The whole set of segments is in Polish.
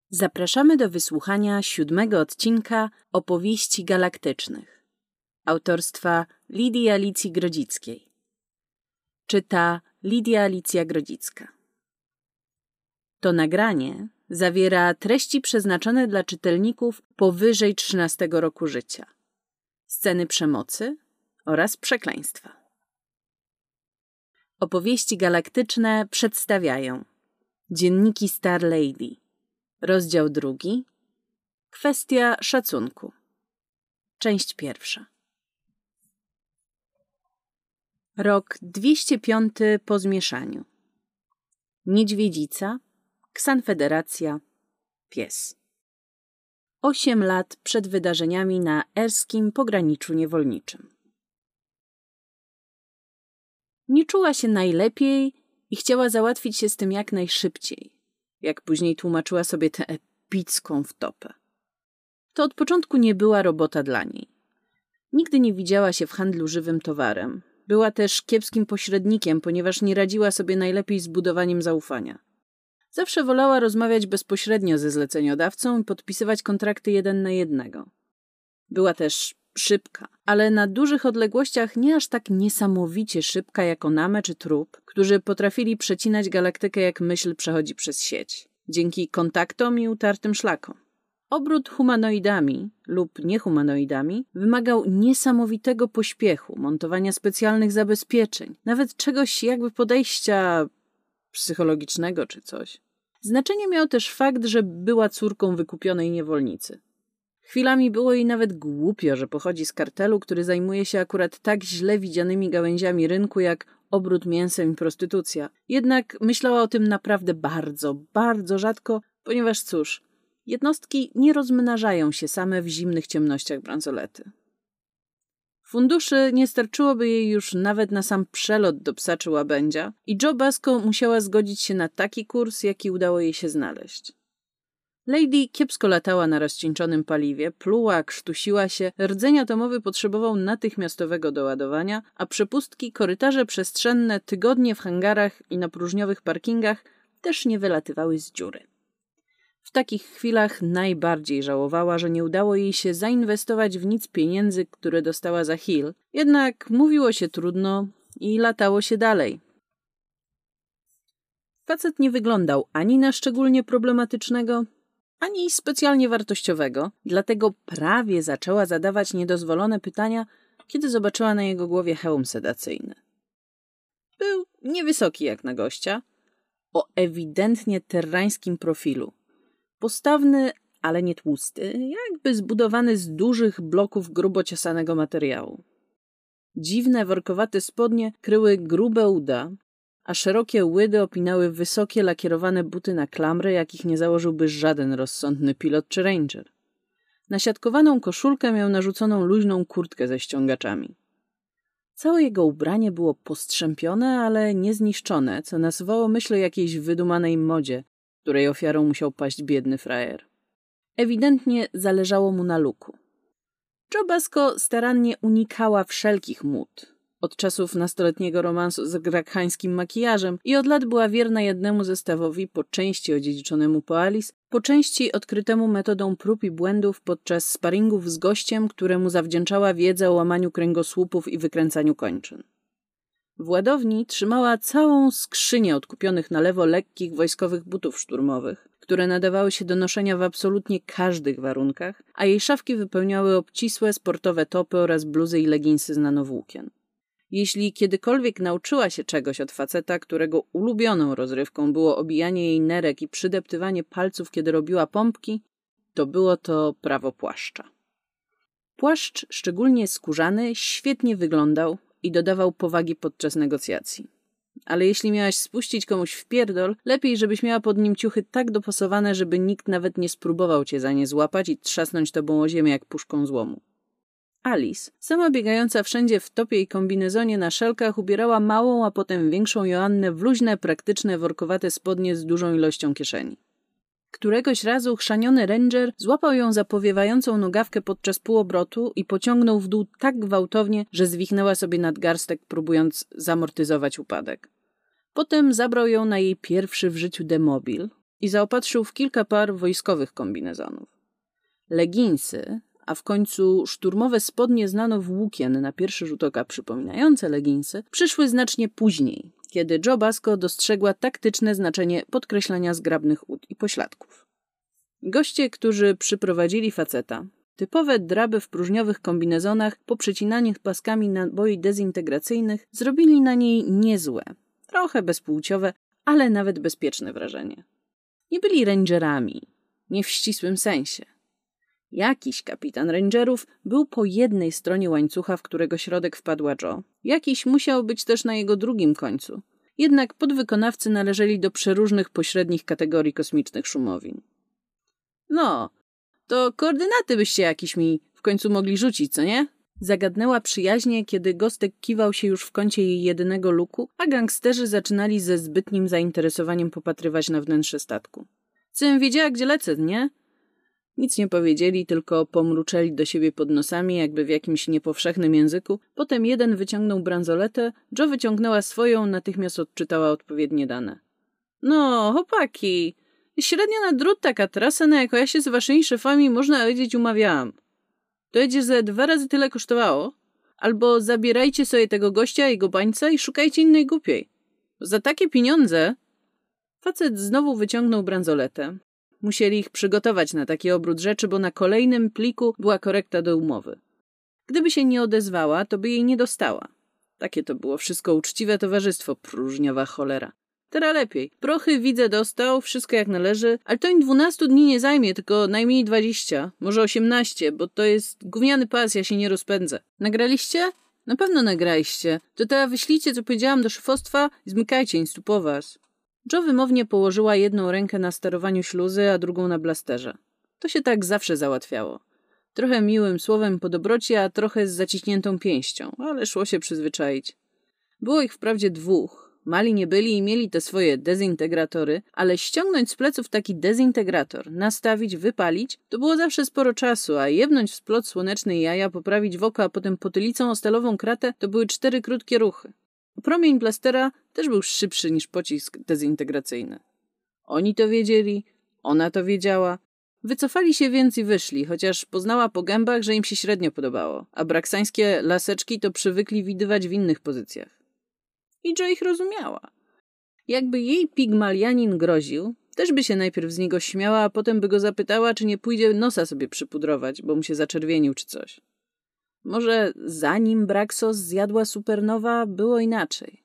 Zapraszamy do wysłuchania 7. odcinka Opowieści galaktycznych autorstwa Lidii Alicji Grodzickiej. Czyta Lidia Alicja Grodzicka. To nagranie zawiera treści przeznaczone dla czytelników powyżej 13 roku życia, sceny przemocy oraz przekleństwa. Opowieści galaktyczne przedstawiają Dzienniki Star Lady. Rozdział 2. Kwestia szacunku. Część 1. Rok 205 po zmieszaniu. Niedźwiedzica, Ksanfederacja, pies. 8 lat przed wydarzeniami na erskim pograniczu niewolniczym. Nie czuła się najlepiej i chciała załatwić się z tym jak najszybciej, jak później tłumaczyła sobie tę epicką wtopę. To od początku nie była robota dla niej. Nigdy nie widziała się w handlu żywym towarem. Była też kiepskim pośrednikiem, ponieważ nie radziła sobie najlepiej z budowaniem zaufania. Zawsze wolała rozmawiać bezpośrednio ze zleceniodawcą i podpisywać kontrakty 1 na 1. Była też szybka, ale na dużych odległościach nie aż tak niesamowicie szybka jak Oname czy Trup, którzy potrafili przecinać galaktykę jak myśl przechodzi przez sieć, dzięki kontaktom i utartym szlakom. Obrót humanoidami lub niehumanoidami wymagał niesamowitego pośpiechu, montowania specjalnych zabezpieczeń, nawet czegoś jakby podejścia psychologicznego czy coś. Znaczenie miał też fakt, że była córką wykupionej niewolnicy. Chwilami było jej nawet głupio, że pochodzi z kartelu, który zajmuje się akurat tak źle widzianymi gałęziami rynku jak obrót mięsem i prostytucja. Jednak myślała o tym naprawdę bardzo, bardzo rzadko, ponieważ cóż, jednostki nie rozmnażają się same w zimnych ciemnościach bransolety. Funduszy nie starczyłoby jej już nawet na sam przelot do psa czy łabędzia i Jo Basko musiała zgodzić się na taki kurs, jaki udało jej się znaleźć. Lady kiepsko latała na rozcieńczonym paliwie, pluła, krztusiła się, rdzeń atomowy potrzebował natychmiastowego doładowania, a przepustki, korytarze przestrzenne, tygodnie w hangarach i na próżniowych parkingach też nie wylatywały z dziury. W takich chwilach najbardziej żałowała, że nie udało jej się zainwestować w nic pieniędzy, które dostała za Hill, jednak mówiło się trudno i latało się dalej. Facet nie wyglądał ani na szczególnie problematycznego, ani specjalnie wartościowego, dlatego prawie zaczęła zadawać niedozwolone pytania, kiedy zobaczyła na jego głowie hełm sedacyjny. Był niewysoki jak na gościa, o ewidentnie terrańskim profilu. Postawny, ale nie tłusty, jakby zbudowany z dużych bloków grubo ciosanego materiału. Dziwne, workowate spodnie kryły grube uda, a szerokie łydy opinały wysokie, lakierowane buty na klamry, jakich nie założyłby żaden rozsądny pilot czy ranger. Na siatkowaną koszulkę miał narzuconą luźną kurtkę ze ściągaczami. Całe jego ubranie było postrzępione, ale nie zniszczone, co nasuwało myśl o jakiejś wydumanej modzie, której ofiarą musiał paść biedny frajer. Ewidentnie zależało mu na luku. Jo Basko starannie unikała wszelkich mód. Od czasów nastoletniego romansu z grakhańskim makijażem i od lat była wierna jednemu zestawowi, po części odziedziczonego po Alice, po części odkrytemu metodą prób i błędów podczas sparingów z gościem, któremu zawdzięczała wiedzę o łamaniu kręgosłupów i wykręcaniu kończyn. W ładowni trzymała całą skrzynię odkupionych na lewo lekkich wojskowych butów szturmowych, które nadawały się do noszenia w absolutnie każdych warunkach, a jej szafki wypełniały obcisłe sportowe topy oraz bluzy i leginsy z nanowłókien. Jeśli kiedykolwiek nauczyła się czegoś od faceta, którego ulubioną rozrywką było obijanie jej nerek i przydeptywanie palców, kiedy robiła pompki, to było to prawo płaszcza. Płaszcz, szczególnie skórzany, świetnie wyglądał i dodawał powagi podczas negocjacji. Ale jeśli miałaś spuścić komuś w pierdol, lepiej, żebyś miała pod nim ciuchy tak dopasowane, żeby nikt nawet nie spróbował cię za nie złapać i trzasnąć tobą o ziemię jak puszką złomu. Alice, sama biegająca wszędzie w topie i kombinezonie na szelkach, ubierała małą, a potem większą Joannę w luźne, praktyczne, workowate spodnie z dużą ilością kieszeni. Któregoś razu chrzaniony ranger złapał ją za powiewającą nogawkę podczas półobrotu i pociągnął w dół tak gwałtownie, że zwichnęła sobie nadgarstek, próbując zamortyzować upadek. Potem zabrał ją na jej pierwszy w życiu demobil, i zaopatrzył w kilka par wojskowych kombinezonów. Leginsy, a w końcu szturmowe spodnie z nanowłókien na pierwszy rzut oka przypominające leginsy, przyszły znacznie później, kiedy Joe Basco dostrzegła taktyczne znaczenie podkreślania zgrabnych ud i pośladków. Goście, którzy przyprowadzili faceta, typowe draby w próżniowych kombinezonach poprzecinanych paskami naboi dezintegracyjnych, zrobili na niej niezłe, trochę bezpłciowe, ale nawet bezpieczne wrażenie. Nie byli rangerami, nie w ścisłym sensie. Jakiś kapitan rangerów był po jednej stronie łańcucha, w którego środek wpadła Joe. Jakiś musiał być też na jego drugim końcu. Jednak podwykonawcy należeli do przeróżnych pośrednich kategorii kosmicznych szumowin. No, to koordynaty byście jakiś mi w końcu mogli rzucić, co nie? Zagadnęła przyjaźnie, kiedy Gostek kiwał się już w kącie jej jedynego luku, a gangsterzy zaczynali ze zbytnim zainteresowaniem popatrywać na wnętrze statku. Cym wiedziała, gdzie lecę, nie? Nic nie powiedzieli, tylko pomruczeli do siebie pod nosami, jakby w jakimś niepowszechnym języku. Potem jeden wyciągnął bransoletę, Joe wyciągnęła swoją, natychmiast odczytała odpowiednie dane. No, chłopaki, średnio na drut taka trasa, na jaką ja się z waszymi szefami, można powiedzieć, umawiałam. To jedzie ze 2 razy tyle kosztowało. Albo zabierajcie sobie tego gościa i jego bańca i szukajcie innej głupiej. Za takie pieniądze... Facet znowu wyciągnął bransoletę. Musieli ich przygotować na taki obrót rzeczy, bo na kolejnym pliku była korekta do umowy. Gdyby się nie odezwała, to by jej nie dostała. Takie to było wszystko uczciwe towarzystwo, próżniowa cholera. Teraz lepiej. Prochy widzę dostał, wszystko jak należy, ale to im 12 dni nie zajmie, tylko najmniej 20, może 18, bo to jest gówniany pas, ja się nie rozpędzę. Nagraliście? Na pewno nagraliście. To teraz wyślijcie, co powiedziałam do szefostwa i zmykajcie, nic tu po was. Joe wymownie położyła jedną rękę na sterowaniu śluzy, a drugą na blasterze. To się tak zawsze załatwiało. Trochę miłym słowem po dobroci, a trochę z zaciśniętą pięścią, ale szło się przyzwyczaić. Było ich wprawdzie 2. Mali nie byli i mieli te swoje dezintegratory, ale ściągnąć z pleców taki dezintegrator, nastawić, wypalić, to było zawsze sporo czasu, a jebnąć w splot słoneczny jaja, poprawić w oko, a potem potylicą o stalową kratę, to były 4 krótkie ruchy. Promień blastera też był szybszy niż pocisk dezintegracyjny. Oni to wiedzieli, ona to wiedziała. Wycofali się więc i wyszli, chociaż poznała po gębach, że im się średnio podobało, a braksańskie laseczki to przywykli widywać w innych pozycjach. I Joe ich rozumiała. Jakby jej pigmalianin groził, też by się najpierw z niego śmiała, a potem by go zapytała, czy nie pójdzie nosa sobie przypudrować, bo mu się zaczerwienił czy coś. Może zanim Braxos zjadła Supernowa, było inaczej.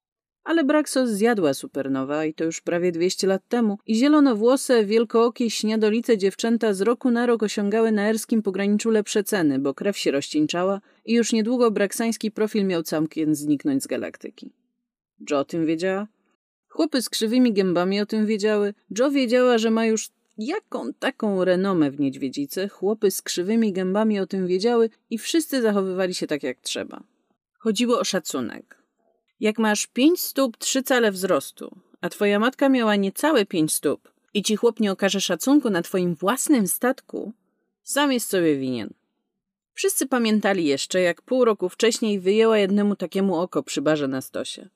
Ale Braxos zjadła Supernowa i to już prawie 200 lat temu i zielonowłose, wielkookie, śniadolice dziewczęta z roku na rok osiągały na erskim pograniczu lepsze ceny, bo krew się rozcieńczała i już niedługo braksański profil miał całkiem zniknąć z galaktyki. Joe o tym wiedziała. Chłopy z krzywymi gębami o tym wiedziały. Joe wiedziała, że ma już jaką taką renomę w Niedźwiedzicy. Chłopy z krzywymi gębami o tym wiedziały i wszyscy zachowywali się tak jak trzeba. Chodziło o szacunek. Jak masz 5 stóp 3 cale wzrostu, a twoja matka miała niecałe 5 stóp i ci chłop nie okaże szacunku na twoim własnym statku, sam jest sobie winien. Wszyscy pamiętali jeszcze, jak pół roku wcześniej wyjęła jednemu takiemu oko przy barze na stosie.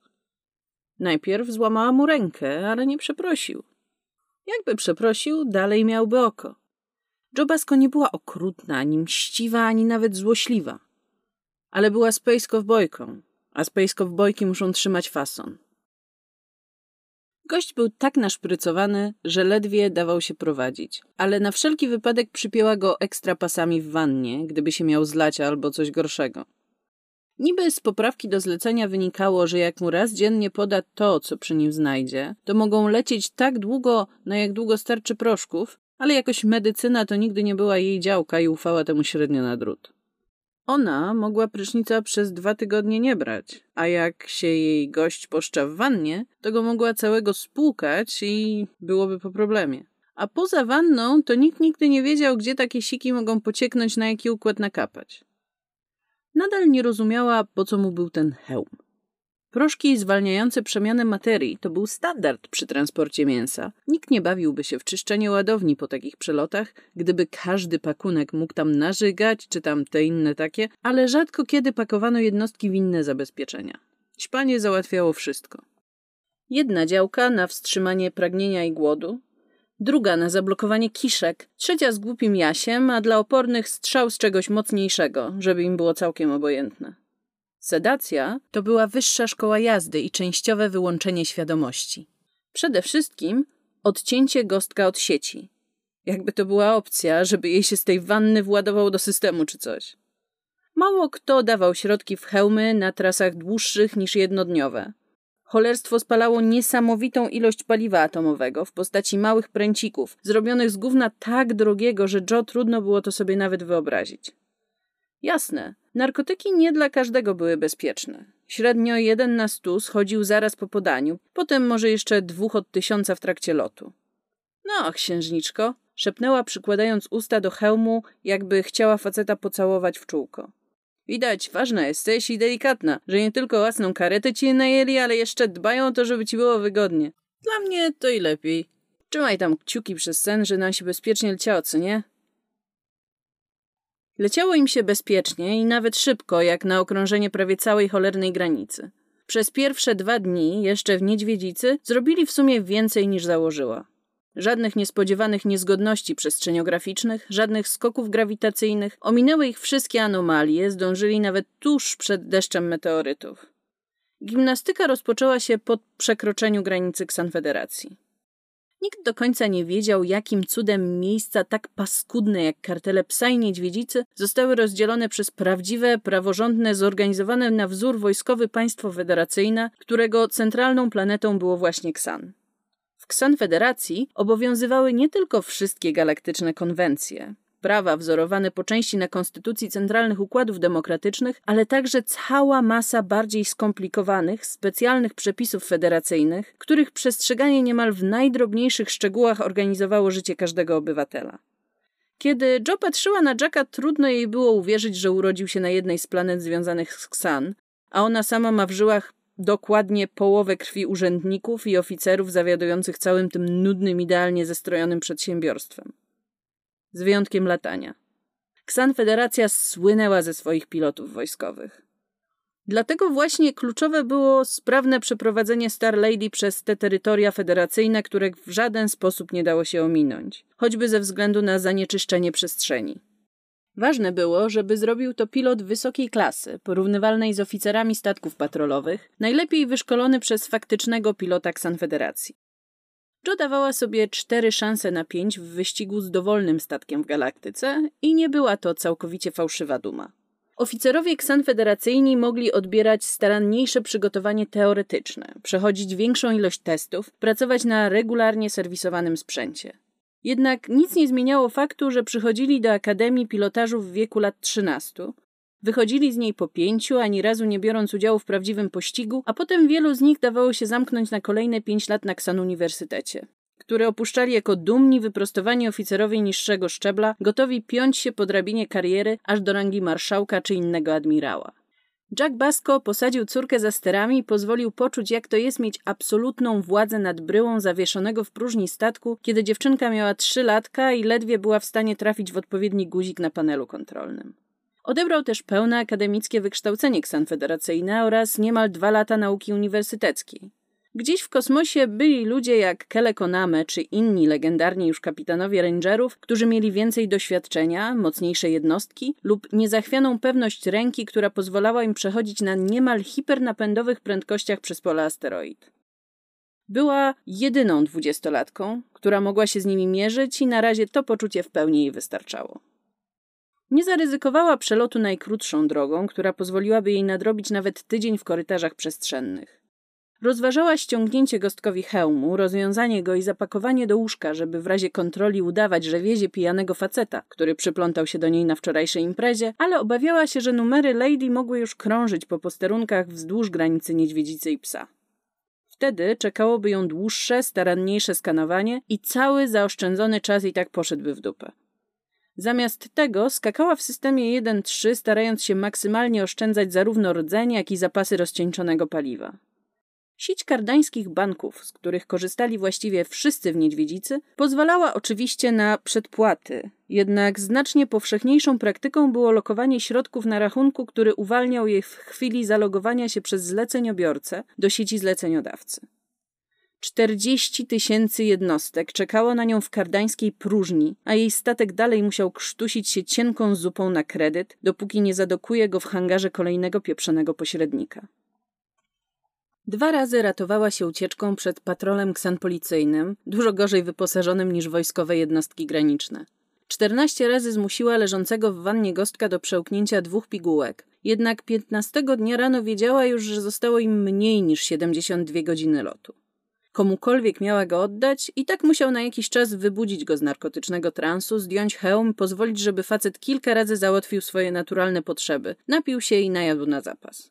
Najpierw złamała mu rękę, ale nie przeprosił. Jakby przeprosił, dalej miałby oko. Joe Basco nie była okrutna, ani mściwa, ani nawet złośliwa. Ale była space cowboyką, a space cowboyki muszą trzymać fason. Gość był tak naszprycowany, że ledwie dawał się prowadzić, ale na wszelki wypadek przypięła go ekstra pasami w wannie, gdyby się miał zlać albo coś gorszego. Niby z poprawki do zlecenia wynikało, że jak mu raz dziennie poda to, co przy nim znajdzie, to mogą lecieć tak długo, na jak długo starczy proszków, ale jakoś medycyna to nigdy nie była jej działka i ufała temu średnio na drut. Ona mogła prysznica przez 2 tygodnie nie brać, a jak się jej gość poszcza w wannie, to go mogła całego spłukać i byłoby po problemie. A poza wanną to nikt nigdy nie wiedział, gdzie takie siki mogą pocieknąć, na jaki układ nakapać. Nadal nie rozumiała, po co mu był ten hełm. Proszki zwalniające przemianę materii to był standard przy transporcie mięsa. Nikt nie bawiłby się w czyszczenie ładowni po takich przelotach, gdyby każdy pakunek mógł tam narzygać, czy tam te inne takie, ale rzadko kiedy pakowano jednostki w inne zabezpieczenia. Ćpanie załatwiało wszystko. Jedna działka na wstrzymanie pragnienia i głodu, druga na zablokowanie kiszek, trzecia z głupim jasiem, a dla opornych strzał z czegoś mocniejszego, żeby im było całkiem obojętne. Sedacja to była wyższa szkoła jazdy i częściowe wyłączenie świadomości. Przede wszystkim odcięcie Gostka od sieci. Jakby to była opcja, żeby jej się z tej wanny władował do systemu czy coś. Mało kto dawał środki w hełmy na trasach dłuższych niż jednodniowe. Cholerstwo spalało niesamowitą ilość paliwa atomowego w postaci małych pręcików, zrobionych z gówna tak drogiego, że Joe trudno było to sobie nawet wyobrazić. Jasne, narkotyki nie dla każdego były bezpieczne. Średnio 1 na 100 schodził zaraz po podaniu, potem może jeszcze 2 od 1000 w trakcie lotu. No, księżniczko, szepnęła przykładając usta do hełmu, jakby chciała faceta pocałować w czółko. Widać, ważna jesteś i delikatna, że nie tylko własną karetę ci najęli, ale jeszcze dbają o to, żeby ci było wygodnie. Dla mnie to i lepiej. Trzymaj tam kciuki przez sen, że nam się bezpiecznie leciało, co nie? Leciało im się bezpiecznie i nawet szybko, jak na okrążenie prawie całej cholernej granicy. Przez pierwsze 2 dni, jeszcze w Niedźwiedzicy, zrobili w sumie więcej niż założyła. Żadnych niespodziewanych niezgodności przestrzeniograficznych, żadnych skoków grawitacyjnych, ominęły ich wszystkie anomalie, zdążyli nawet tuż przed deszczem meteorytów. Gimnastyka rozpoczęła się po przekroczeniu granicy Ksanfederacji. Nikt do końca nie wiedział, jakim cudem miejsca tak paskudne jak kartele Psa i Niedźwiedzicy zostały rozdzielone przez prawdziwe, praworządne, zorganizowane na wzór wojskowy państwo federacyjne, którego centralną planetą było właśnie Ksan. W Ksanfederacji obowiązywały nie tylko wszystkie galaktyczne konwencje, prawa wzorowane po części na konstytucji centralnych układów demokratycznych, ale także cała masa bardziej skomplikowanych, specjalnych przepisów federacyjnych, których przestrzeganie niemal w najdrobniejszych szczegółach organizowało życie każdego obywatela. Kiedy Jo patrzyła na Jacka, trudno jej było uwierzyć, że urodził się na jednej z planet związanych z Ksan, a ona sama ma w żyłach dokładnie połowę krwi urzędników i oficerów zawiadujących całym tym nudnym, idealnie zestrojonym przedsiębiorstwem. Z wyjątkiem latania. Ksanfederacja słynęła ze swoich pilotów wojskowych. Dlatego właśnie kluczowe było sprawne przeprowadzenie Star Lady przez te terytoria federacyjne, których w żaden sposób nie dało się ominąć, choćby ze względu na zanieczyszczenie przestrzeni. Ważne było, żeby zrobił to pilot wysokiej klasy, porównywalnej z oficerami statków patrolowych, najlepiej wyszkolony przez faktycznego pilota Ksanfederacji. Jo dawała sobie 4 szanse na 5 w wyścigu z dowolnym statkiem w galaktyce i nie była to całkowicie fałszywa duma. Oficerowie ksanfederacyjni mogli odbierać staranniejsze przygotowanie teoretyczne, przechodzić większą ilość testów, pracować na regularnie serwisowanym sprzęcie. Jednak nic nie zmieniało faktu, że przychodzili do Akademii Pilotażu w wieku lat 13, wychodzili z niej po 5, ani razu nie biorąc udziału w prawdziwym pościgu, a potem wielu z nich dawało się zamknąć na kolejne 5 lat na Ksan Uniwersytecie, które opuszczali jako dumni, wyprostowani oficerowie niższego szczebla, gotowi piąć się po drabinie kariery aż do rangi marszałka czy innego admirała. Jack Basco posadził córkę za sterami i pozwolił poczuć, jak to jest mieć absolutną władzę nad bryłą zawieszonego w próżni statku, kiedy dziewczynka miała 3 latka i ledwie była w stanie trafić w odpowiedni guzik na panelu kontrolnym. Odebrał też pełne akademickie wykształcenie ksanfederacyjne oraz niemal 2 lata nauki uniwersyteckiej. Gdzieś w kosmosie byli ludzie jak Kele Koname czy inni legendarni już kapitanowie rangerów, którzy mieli więcej doświadczenia, mocniejsze jednostki lub niezachwianą pewność ręki, która pozwalała im przechodzić na niemal hipernapędowych prędkościach przez pola asteroid. Była jedyną 20-latką, która mogła się z nimi mierzyć i na razie to poczucie w pełni jej wystarczało. Nie zaryzykowała przelotu najkrótszą drogą, która pozwoliłaby jej nadrobić nawet tydzień w korytarzach przestrzennych. Rozważała ściągnięcie Gostkowi hełmu, rozwiązanie go i zapakowanie do łóżka, żeby w razie kontroli udawać, że wiezie pijanego faceta, który przyplątał się do niej na wczorajszej imprezie, ale obawiała się, że numery Lady mogły już krążyć po posterunkach wzdłuż granicy Niedźwiedzicy i Psa. Wtedy czekałoby ją dłuższe, staranniejsze skanowanie i cały zaoszczędzony czas i tak poszedłby w dupę. Zamiast tego skakała w systemie 1.3, starając się maksymalnie oszczędzać zarówno rdzeń, jak i zapasy rozcieńczonego paliwa. Sieć kardańskich banków, z których korzystali właściwie wszyscy w Niedźwiedzicy, pozwalała oczywiście na przedpłaty, jednak znacznie powszechniejszą praktyką było lokowanie środków na rachunku, który uwalniał je w chwili zalogowania się przez zleceniobiorcę do sieci zleceniodawcy. 40 000 jednostek czekało na nią w kardańskiej próżni, a jej statek dalej musiał krztusić się cienką zupą na kredyt, dopóki nie zadokuje go w hangarze kolejnego pieprzonego pośrednika. 2 razy ratowała się ucieczką przed patrolem ksanpolicyjnym, dużo gorzej wyposażonym niż wojskowe jednostki graniczne. 14 razy zmusiła leżącego w wannie Gostka do przełknięcia 2 pigułek, jednak 15 dnia rano wiedziała już, że zostało im mniej niż 72 godziny lotu. Komukolwiek miała go oddać i tak musiał na jakiś czas wybudzić go z narkotycznego transu, zdjąć hełm, pozwolić, żeby facet kilka razy załatwił swoje naturalne potrzeby, napił się i najadł na zapas.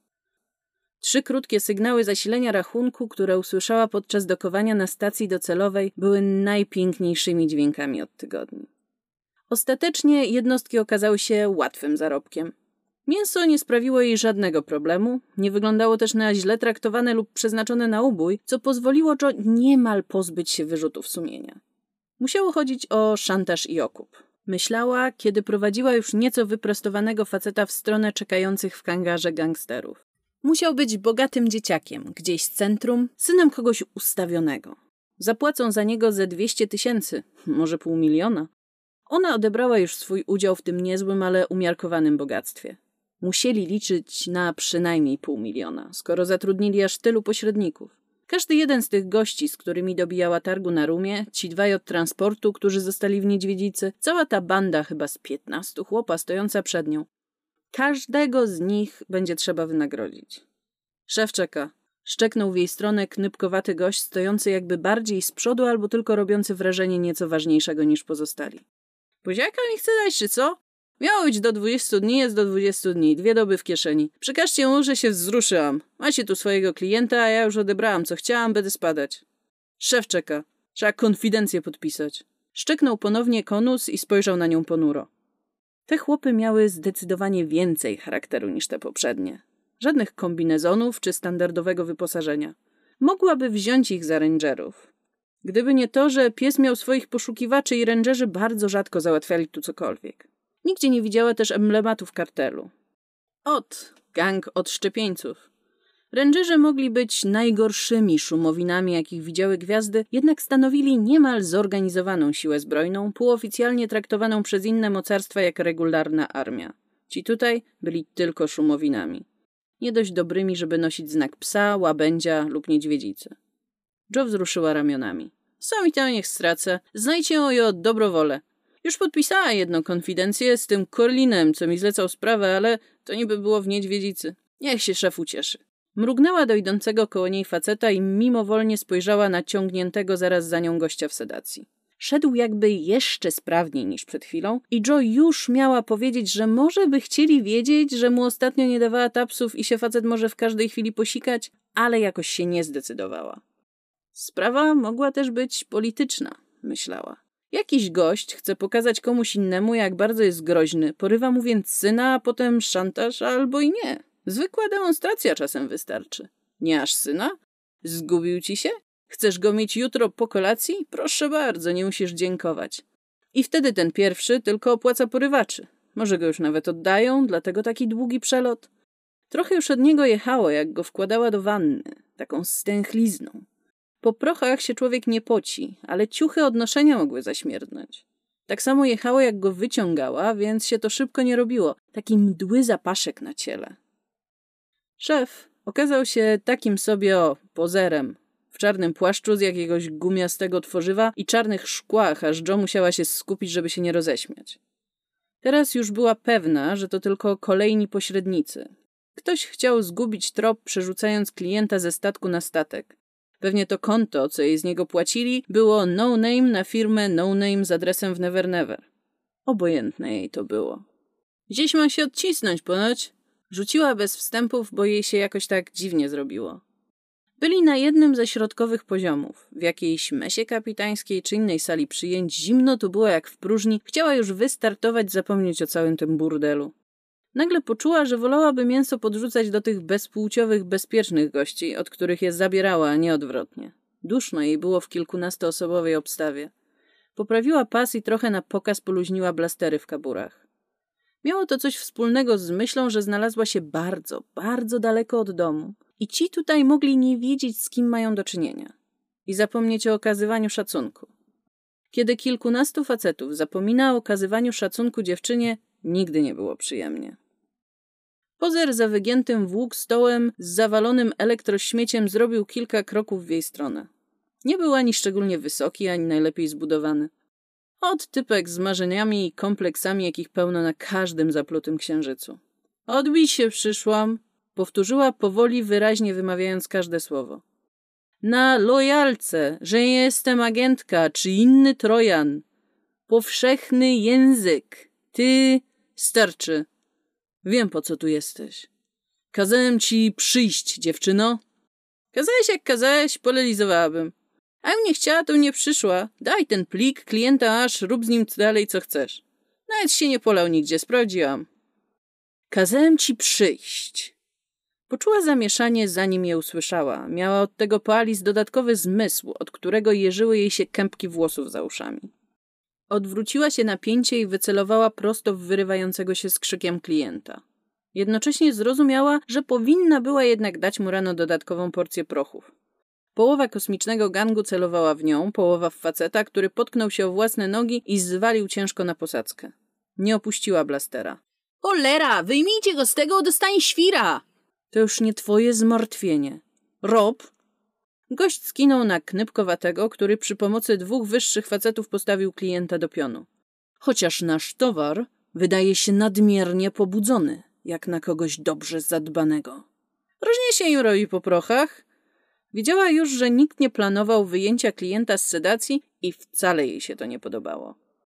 3 krótkie sygnały zasilenia rachunku, które usłyszała podczas dokowania na stacji docelowej, były najpiękniejszymi dźwiękami od tygodni. Ostatecznie jednostki okazały się łatwym zarobkiem. Mięso nie sprawiło jej żadnego problemu, nie wyglądało też na źle traktowane lub przeznaczone na ubój, co pozwoliło Jo niemal pozbyć się wyrzutów sumienia. Musiało chodzić o szantaż i okup. Myślała, kiedy prowadziła już nieco wyprostowanego faceta w stronę czekających w hangarze gangsterów. Musiał być bogatym dzieciakiem, gdzieś z centrum, synem kogoś ustawionego. Zapłacą za niego ze 200 000, może 500 000. Ona odebrała już swój udział w tym niezłym, ale umiarkowanym bogactwie. Musieli liczyć na przynajmniej 500 000, skoro zatrudnili aż tylu pośredników. Każdy jeden z tych gości, z którymi dobijała targu na rumie, ci 2 od transportu, którzy zostali w Niedźwiedzicy, cała ta banda chyba z 15 chłopa stojąca przed nią. Każdego z nich będzie trzeba wynagrodzić. Szef czeka. Szczeknął w jej stronę knypkowaty gość, stojący jakby bardziej z przodu albo tylko robiący wrażenie nieco ważniejszego niż pozostali. Buziaka mi chce dać, czy co? Miało być do 20 dni, jest do 20 dni. 2 doby w kieszeni. Przekażcie mu, że się wzruszyłam. Macie tu swojego klienta, a ja już odebrałam co chciałam, będę spadać. Szef czeka. Trzeba konfidencję podpisać. Szczeknął ponownie konus i spojrzał na nią ponuro. Te chłopy miały zdecydowanie więcej charakteru niż te poprzednie. Żadnych kombinezonów czy standardowego wyposażenia. Mogłaby wziąć ich za rangerów. Gdyby nie to, że pies miał swoich poszukiwaczy i rangerzy bardzo rzadko załatwiali tu cokolwiek. Nigdzie nie widziała też emblematów kartelu. Gang odszczepieńców. Rangerzy mogli być najgorszymi szumowinami, jakich widziały gwiazdy, jednak stanowili niemal zorganizowaną siłę zbrojną, półoficjalnie traktowaną przez inne mocarstwa jak regularna armia. Ci tutaj byli tylko szumowinami. Nie dość dobrymi, żeby nosić znak psa, łabędzia lub niedźwiedzicy. Jo wzruszyła ramionami. Sami tam niech stracę. Znajdźcie ją od dobrowolę. Już podpisała jedną konfidencję z tym Korlinem, co mi zlecał sprawę, ale to niby było w Niedźwiedzicy. Niech się szef ucieszy. Mrugnęła do idącego koło niej faceta i mimowolnie spojrzała na ciągniętego zaraz za nią gościa w sedacji. Szedł jakby jeszcze sprawniej niż przed chwilą i Jo już miała powiedzieć, że może by chcieli wiedzieć, że mu ostatnio nie dawała tapsów i się facet może w każdej chwili posikać, ale jakoś się nie zdecydowała. Sprawa mogła też być polityczna, myślała. Jakiś gość chce pokazać komuś innemu, jak bardzo jest groźny, porywa mu więc syna, a potem szantaż albo i nie. Zwykła demonstracja czasem wystarczy. Nie aż syna? Zgubił ci się? Chcesz go mieć jutro po kolacji? Proszę bardzo, nie musisz dziękować. I wtedy ten pierwszy tylko opłaca porywaczy. Może go już nawet oddają, dlatego taki długi przelot. Trochę już od niego jechało, jak go wkładała do wanny, taką stęchlizną. Po prochach się człowiek nie poci, ale ciuchy od noszenia mogły zaśmierdnąć. Tak samo jechało, jak go wyciągała, więc się to szybko nie robiło. Taki mdły zapaszek na ciele. Szef okazał się takim sobie pozerem. W czarnym płaszczu z jakiegoś gumiastego tworzywa i czarnych szkłach, aż Jo musiała się skupić, żeby się nie roześmiać. Teraz już była pewna, że to tylko kolejni pośrednicy. Ktoś chciał zgubić trop, przerzucając klienta ze statku na statek. Pewnie to konto, co jej z niego płacili, było no name na firmę no name z adresem w Never Never. Obojętne jej to było. Gdzieś ma się odcisnąć ponoć. Rzuciła bez wstępów, bo jej się jakoś tak dziwnie zrobiło. Byli na jednym ze środkowych poziomów. W jakiejś mesie kapitańskiej czy innej sali przyjęć zimno tu było jak w próżni. Chciała już wystartować, zapomnieć o całym tym burdelu. Nagle poczuła, że wolałaby mięso podrzucać do tych bezpłciowych, bezpiecznych gości, od których je zabierała, a nie odwrotnie. Duszno jej było w kilkunastoosobowej obstawie. Poprawiła pas i trochę na pokaz poluźniła blastery w kaburach. Miało to coś wspólnego z myślą, że znalazła się bardzo, bardzo daleko od domu i ci tutaj mogli nie wiedzieć, z kim mają do czynienia. i zapomnieć o okazywaniu szacunku. Kiedy kilkunastu facetów zapomina o okazywaniu szacunku dziewczynie, nigdy nie było przyjemnie. Pozer za wygiętym w łuk stołem z zawalonym elektrośmieciem zrobił kilka kroków w jej stronę. Nie był ani szczególnie wysoki, ani najlepiej zbudowany. Od typek z marzeniami i kompleksami, jakich pełno na każdym zaplutym księżycu. Odbić się przyszłam, powtórzyła powoli, wyraźnie wymawiając każde słowo. Na lojalce, że jestem agentka, czy inny Trojan. Powszechny język. Ty... Starczy. Wiem, po co tu jesteś. Kazałem ci przyjść, dziewczyno. Kazałeś jak kazałeś, polelizowałabym. A nie chciała, to nie przyszła. Daj ten plik, klienta aż, rób z nim dalej, co chcesz. Nawet się nie polał nigdzie, sprawdziłam. Kazałem ci przyjść. Poczuła zamieszanie, zanim je usłyszała. Miała od tego po Alice dodatkowy zmysł, od którego jeżyły jej się kępki włosów za uszami. Odwróciła się na pięcie i wycelowała prosto w wyrywającego się z krzykiem klienta. Jednocześnie zrozumiała, że powinna była jednak dać mu rano dodatkową porcję prochów. Połowa kosmicznego gangu celowała w nią, połowa w faceta, który potknął się o własne nogi i zwalił ciężko na posadzkę. Nie opuściła blastera. Cholera, wyjmijcie go z tego, dostanie świra! To już nie twoje zmartwienie. Rob? Gość skinął na knypkowatego, który przy pomocy dwóch wyższych facetów postawił klienta do pionu. Chociaż nasz towar wydaje się nadmiernie pobudzony, jak na kogoś dobrze zadbanego. Różnie się im robi po prochach. Wiedziała już, że nikt nie planował wyjęcia klienta z sedacji i wcale jej się to nie podobało.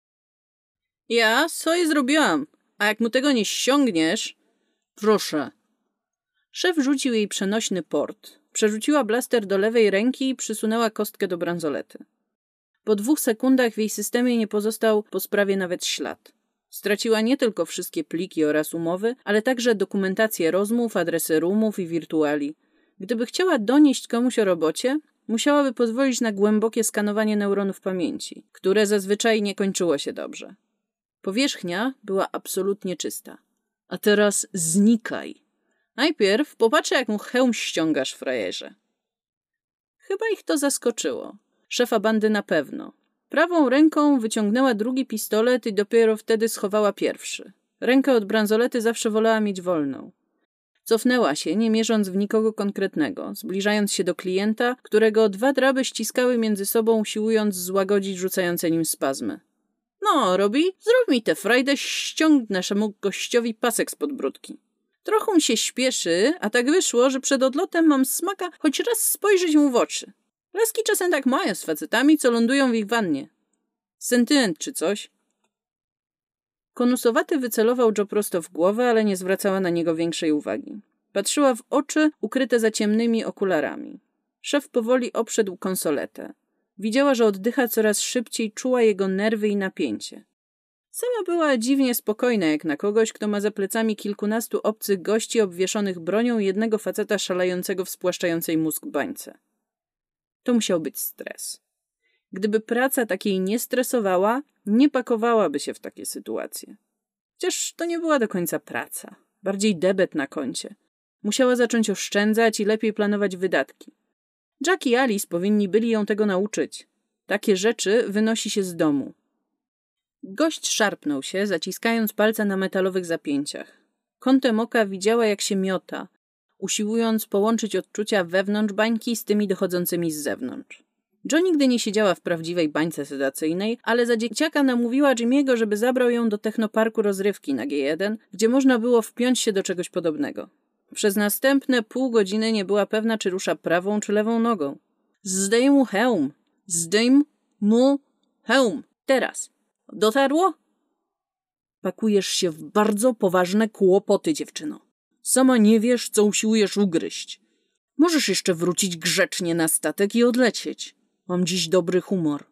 Ja swoje zrobiłam, a jak mu tego nie ściągniesz... Proszę. Szef rzucił jej przenośny port. Przerzuciła blaster do lewej ręki i przysunęła kostkę do bransolety. Po 2 sekundach w jej systemie nie pozostał po sprawie nawet ślad. Straciła nie tylko wszystkie pliki oraz umowy, ale także dokumentację rozmów, adresy roomów i wirtuali. Gdyby chciała donieść komuś o robocie, musiałaby pozwolić na głębokie skanowanie neuronów pamięci, które zazwyczaj nie kończyło się dobrze. Powierzchnia była absolutnie czysta. A teraz znikaj. Najpierw popatrzę, jak mu hełm ściągasz, frajerze. Chyba ich to zaskoczyło. Szefa bandy na pewno. Prawą ręką wyciągnęła drugi pistolet i dopiero wtedy schowała pierwszy. Rękę od bransolety zawsze wolała mieć wolną. Cofnęła się, nie mierząc w nikogo konkretnego, zbliżając się do klienta, którego 2 draby ściskały między sobą, usiłując złagodzić rzucające nim spazmy. No, Robi, zrób mi tę frajdę, ściągnę naszemu gościowi pasek spod brudki. Trochę mi się śpieszy, a tak wyszło, że przed odlotem mam smaka choć raz spojrzeć mu w oczy. Laski czasem tak mają z facetami, co lądują w ich wannie. Sentyment czy coś. Konusowaty wycelował Joe prosto w głowę, ale nie zwracała na niego większej uwagi. Patrzyła w oczy ukryte za ciemnymi okularami. Szef powoli obszedł konsoletę. Widziała, że oddycha coraz szybciej, czuła jego nerwy i napięcie. Sama była dziwnie spokojna, jak na kogoś, kto ma za plecami kilkunastu obcych gości obwieszonych bronią i jednego faceta szalejącego w spłaszczającej mózg bańce. To musiał być stres. Gdyby praca takiej nie stresowała, nie pakowałaby się w takie sytuacje. Chociaż to nie była do końca praca. Bardziej debet na koncie. Musiała zacząć oszczędzać i lepiej planować wydatki. Jack i Alice powinni byli ją tego nauczyć. Takie rzeczy wynosi się z domu. Gość szarpnął się, zaciskając palce na metalowych zapięciach. Kątem oka widziała, jak się miota, usiłując połączyć odczucia wewnątrz bańki z tymi dochodzącymi z zewnątrz. Jo nigdy nie siedziała w prawdziwej bańce sedacyjnej, ale za dzieciaka namówiła Jimmy'ego, żeby zabrał ją do technoparku rozrywki na G1, gdzie można było wpiąć się do czegoś podobnego. Przez następne pół godziny nie była pewna, czy rusza prawą czy lewą nogą. Zdejm mu hełm! Zdejm mu hełm! Teraz! Dotarło? Pakujesz się w bardzo poważne kłopoty, dziewczyno. Sama nie wiesz, co usiłujesz ugryźć. Możesz jeszcze wrócić grzecznie na statek i odlecieć. Mam dziś dobry humor.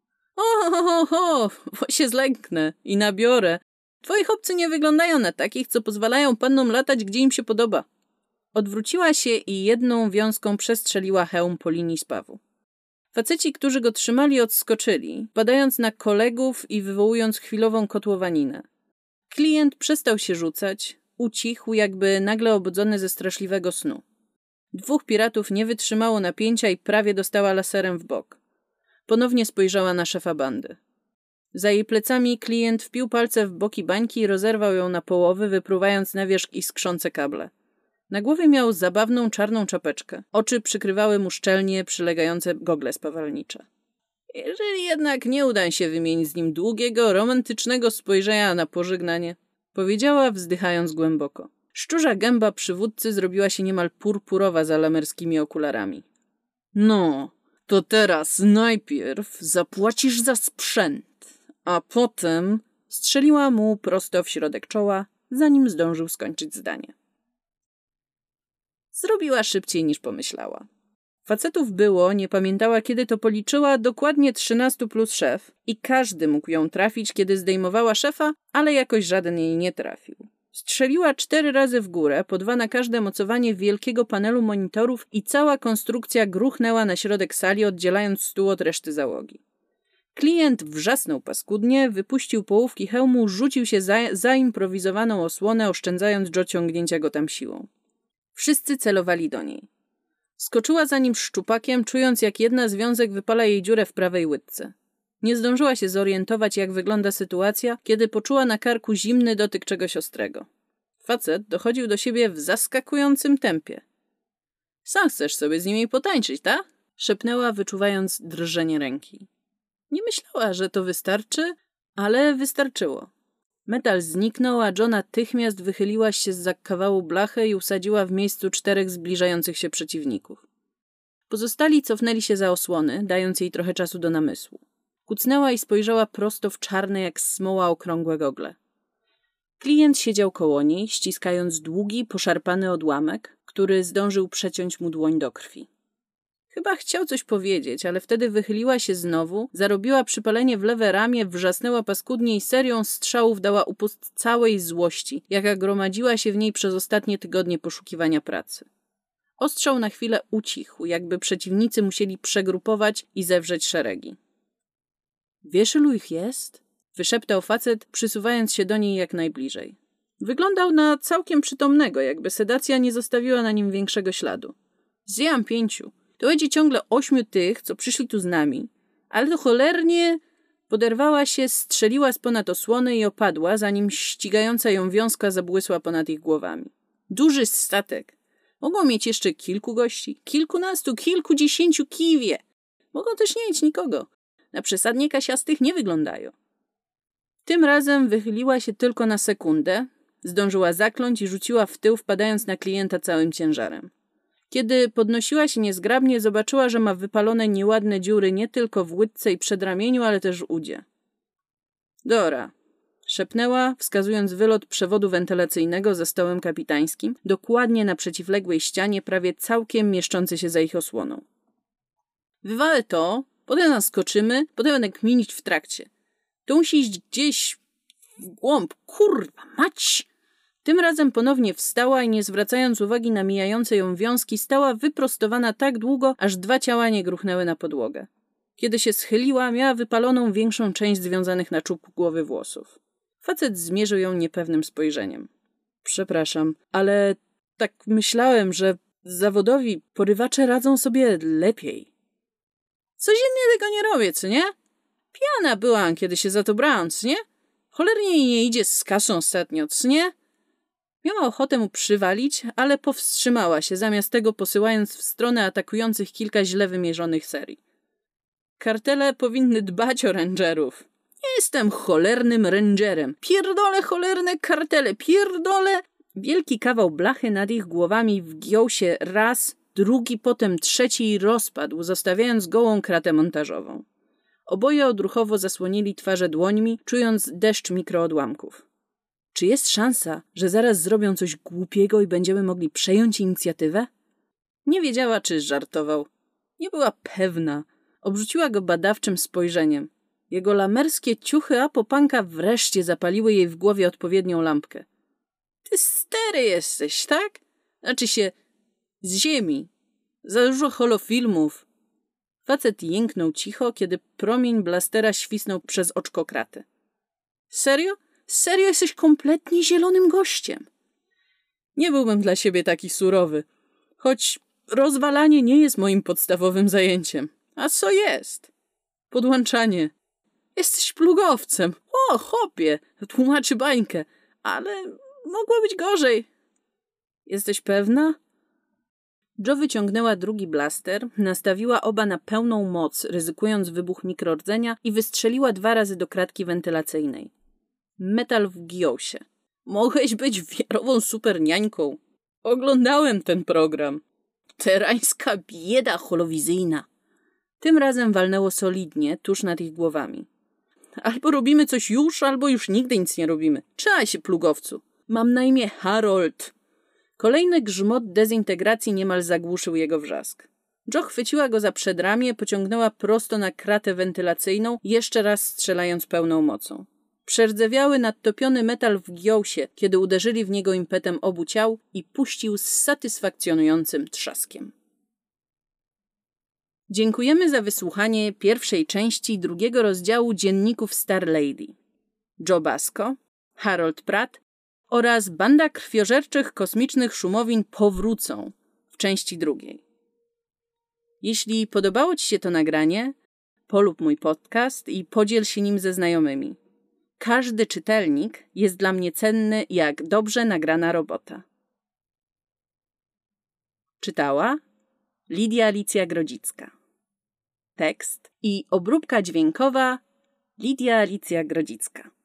Bo się zlęknę i nabiorę. Twoi chłopcy nie wyglądają na takich, co pozwalają pannom latać, gdzie im się podoba. Odwróciła się i jedną wiązką przestrzeliła hełm po linii spawu. Faceci, którzy go trzymali, odskoczyli, padając na kolegów i wywołując chwilową kotłowaninę. Klient przestał się rzucać, ucichł, jakby nagle obudzony ze straszliwego snu. 2 piratów nie wytrzymało napięcia i prawie dostała laserem w bok. Ponownie spojrzała na szefa bandy. Za jej plecami klient wpił palce w boki bańki i rozerwał ją na połowy, wypruwając na wierzch iskrzące kable. Na głowie miał zabawną czarną czapeczkę. Oczy przykrywały mu szczelnie przylegające gogle spawalnicze. Jeżeli jednak nie uda się wymienić z nim długiego, romantycznego spojrzenia na pożegnanie, powiedziała, wzdychając głęboko. Szczurza gęba przywódcy zrobiła się niemal purpurowa za lamerskimi okularami. No, to teraz najpierw zapłacisz za sprzęt, a potem strzeliła mu prosto w środek czoła, zanim zdążył skończyć zdanie. Zrobiła szybciej niż pomyślała. Facetów było, nie pamiętała kiedy to policzyła, dokładnie 13 plus szef i każdy mógł ją trafić, kiedy zdejmowała szefa, ale jakoś żaden jej nie trafił. Strzeliła 4 razy w górę, po 2 na każde mocowanie wielkiego panelu monitorów i cała konstrukcja gruchnęła na środek sali, oddzielając stół od reszty załogi. Klient wrzasnął paskudnie, wypuścił połówki hełmu, rzucił się za improwizowaną osłonę, oszczędzając Joe ciągnięcia go tam siłą. Wszyscy celowali do niej. Skoczyła za nim szczupakiem, czując jak jedna z wiązek wypala jej dziurę w prawej łydce. Nie zdążyła się zorientować, jak wygląda sytuacja, kiedy poczuła na karku zimny dotyk czegoś ostrego. Facet dochodził do siebie w zaskakującym tempie. Sam chcesz sobie z nimi potańczyć, ta? Szepnęła, wyczuwając drżenie ręki. Nie myślała, że to wystarczy, ale wystarczyło. Metal zniknął, a Joe natychmiast wychyliła się zza kawału blachy i usadziła w miejscu 4 zbliżających się przeciwników. Pozostali cofnęli się za osłony, dając jej trochę czasu do namysłu. Kucnęła i spojrzała prosto w czarne jak smoła okrągłe gogle. Klient siedział koło niej, ściskając długi, poszarpany odłamek, który zdążył przeciąć mu dłoń do krwi. Chyba chciał coś powiedzieć, ale wtedy wychyliła się znowu, zarobiła przypalenie w lewe ramię, wrzasnęła paskudnie i serią strzałów dała upust całej złości, jaka gromadziła się w niej przez ostatnie tygodnie poszukiwania pracy. Ostrzał na chwilę ucichł, jakby przeciwnicy musieli przegrupować i zewrzeć szeregi. Wiesz, ilu ich jest? Wyszeptał facet, przysuwając się do niej jak najbliżej. Wyglądał na całkiem przytomnego, jakby sedacja nie zostawiła na nim większego śladu. Zjęłam 5. To będzie ciągle 8 tych, co przyszli tu z nami. Ale to cholernie... Poderwała się, strzeliła z ponad osłony i opadła, zanim ścigająca ją wiązka zabłysła ponad ich głowami. Duży statek. Mogą mieć jeszcze kilku gości, kilkunastu, kilkudziesięciu kiwie. Mogą też nie mieć nikogo. Na przesadnie kasiastych nie wyglądają. Tym razem wychyliła się tylko na sekundę, zdążyła zakląć i rzuciła w tył, wpadając na klienta całym ciężarem. Kiedy podnosiła się niezgrabnie, zobaczyła, że ma wypalone nieładne dziury nie tylko w łydce i przedramieniu, ale też w udzie. Dora, szepnęła, wskazując wylot przewodu wentylacyjnego za stołem kapitańskim, dokładnie na przeciwległej ścianie, prawie całkiem mieszczący się za ich osłoną. Wywalę to, potem naskoczymy, potem będę kminić w trakcie. To musi iść gdzieś w głąb, kurwa, mać! Tym razem ponownie wstała i nie zwracając uwagi na mijające ją wiązki, stała wyprostowana tak długo, aż 2 ciała nie gruchnęły na podłogę. Kiedy się schyliła, miała wypaloną większą część związanych na czubku głowy włosów. Facet zmierzył ją niepewnym spojrzeniem. Przepraszam, ale tak myślałem, że zawodowi porywacze radzą sobie lepiej. Codziennie tego nie robię, co nie? Pijana byłam, kiedy się za to brałam, co nie? Cholernie jej nie idzie z kasą ostatnio, co nie? Miała ochotę mu przywalić, ale powstrzymała się, zamiast tego posyłając w stronę atakujących kilka źle wymierzonych serii. Kartele powinny dbać o rangerów. Nie jestem cholernym rangerem. Pierdolę cholerne kartele, pierdolę! Wielki kawał blachy nad ich głowami wgiął się raz, drugi, potem trzeci i rozpadł, zostawiając gołą kratę montażową. Oboje odruchowo zasłonili twarze dłońmi, czując deszcz mikroodłamków. Czy jest szansa, że zaraz zrobią coś głupiego i będziemy mogli przejąć inicjatywę? Nie wiedziała, czy żartował. Nie była pewna. Obrzuciła go badawczym spojrzeniem. Jego lamerskie ciuchy apopanka wreszcie zapaliły jej w głowie odpowiednią lampkę. Ty stery jesteś, tak? Znaczy się z ziemi. Za dużo holofilmów. Facet jęknął cicho, kiedy promień blastera świsnął przez oczko kraty. Serio? Serio jesteś kompletnie zielonym gościem. Nie byłbym dla siebie taki surowy. Choć rozwalanie nie jest moim podstawowym zajęciem. A co jest? Podłączanie. Jesteś plugowcem. O, chłopie, tłumaczy bańkę. Ale mogło być gorzej. Jesteś pewna? Jo wyciągnęła drugi blaster, nastawiła oba na pełną moc, ryzykując wybuch mikrordzenia i wystrzeliła 2 razy do kratki wentylacyjnej. Metal wgiął się. Mogłeś być wiarową superniańką. Oglądałem ten program. Terańska bieda holowizyjna. Tym razem walnęło solidnie, tuż nad ich głowami. Albo robimy coś już, albo już nigdy nic nie robimy. Trzymaj się, plugowcu. Mam na imię Harold. Kolejny grzmot dezintegracji niemal zagłuszył jego wrzask. Jo chwyciła go za przedramię, pociągnęła prosto na kratę wentylacyjną, jeszcze raz strzelając pełną mocą. Przerdzewiały, nadtopiony metal wgiął się, kiedy uderzyli w niego impetem obu ciał i puścił z satysfakcjonującym trzaskiem. Dziękujemy za wysłuchanie pierwszej części 2 rozdziału Dzienników Star Lady. Jo Basko, Harold Pratt oraz banda krwiożerczych kosmicznych szumowin powrócą w części 2. Jeśli podobało Ci się to nagranie, polub mój podcast i podziel się nim ze znajomymi. Każdy czytelnik jest dla mnie cenny jak dobrze nagrana robota. Czytała Lidia Alicja Grodzicka. Tekst i obróbka dźwiękowa Lidia Alicja Grodzicka.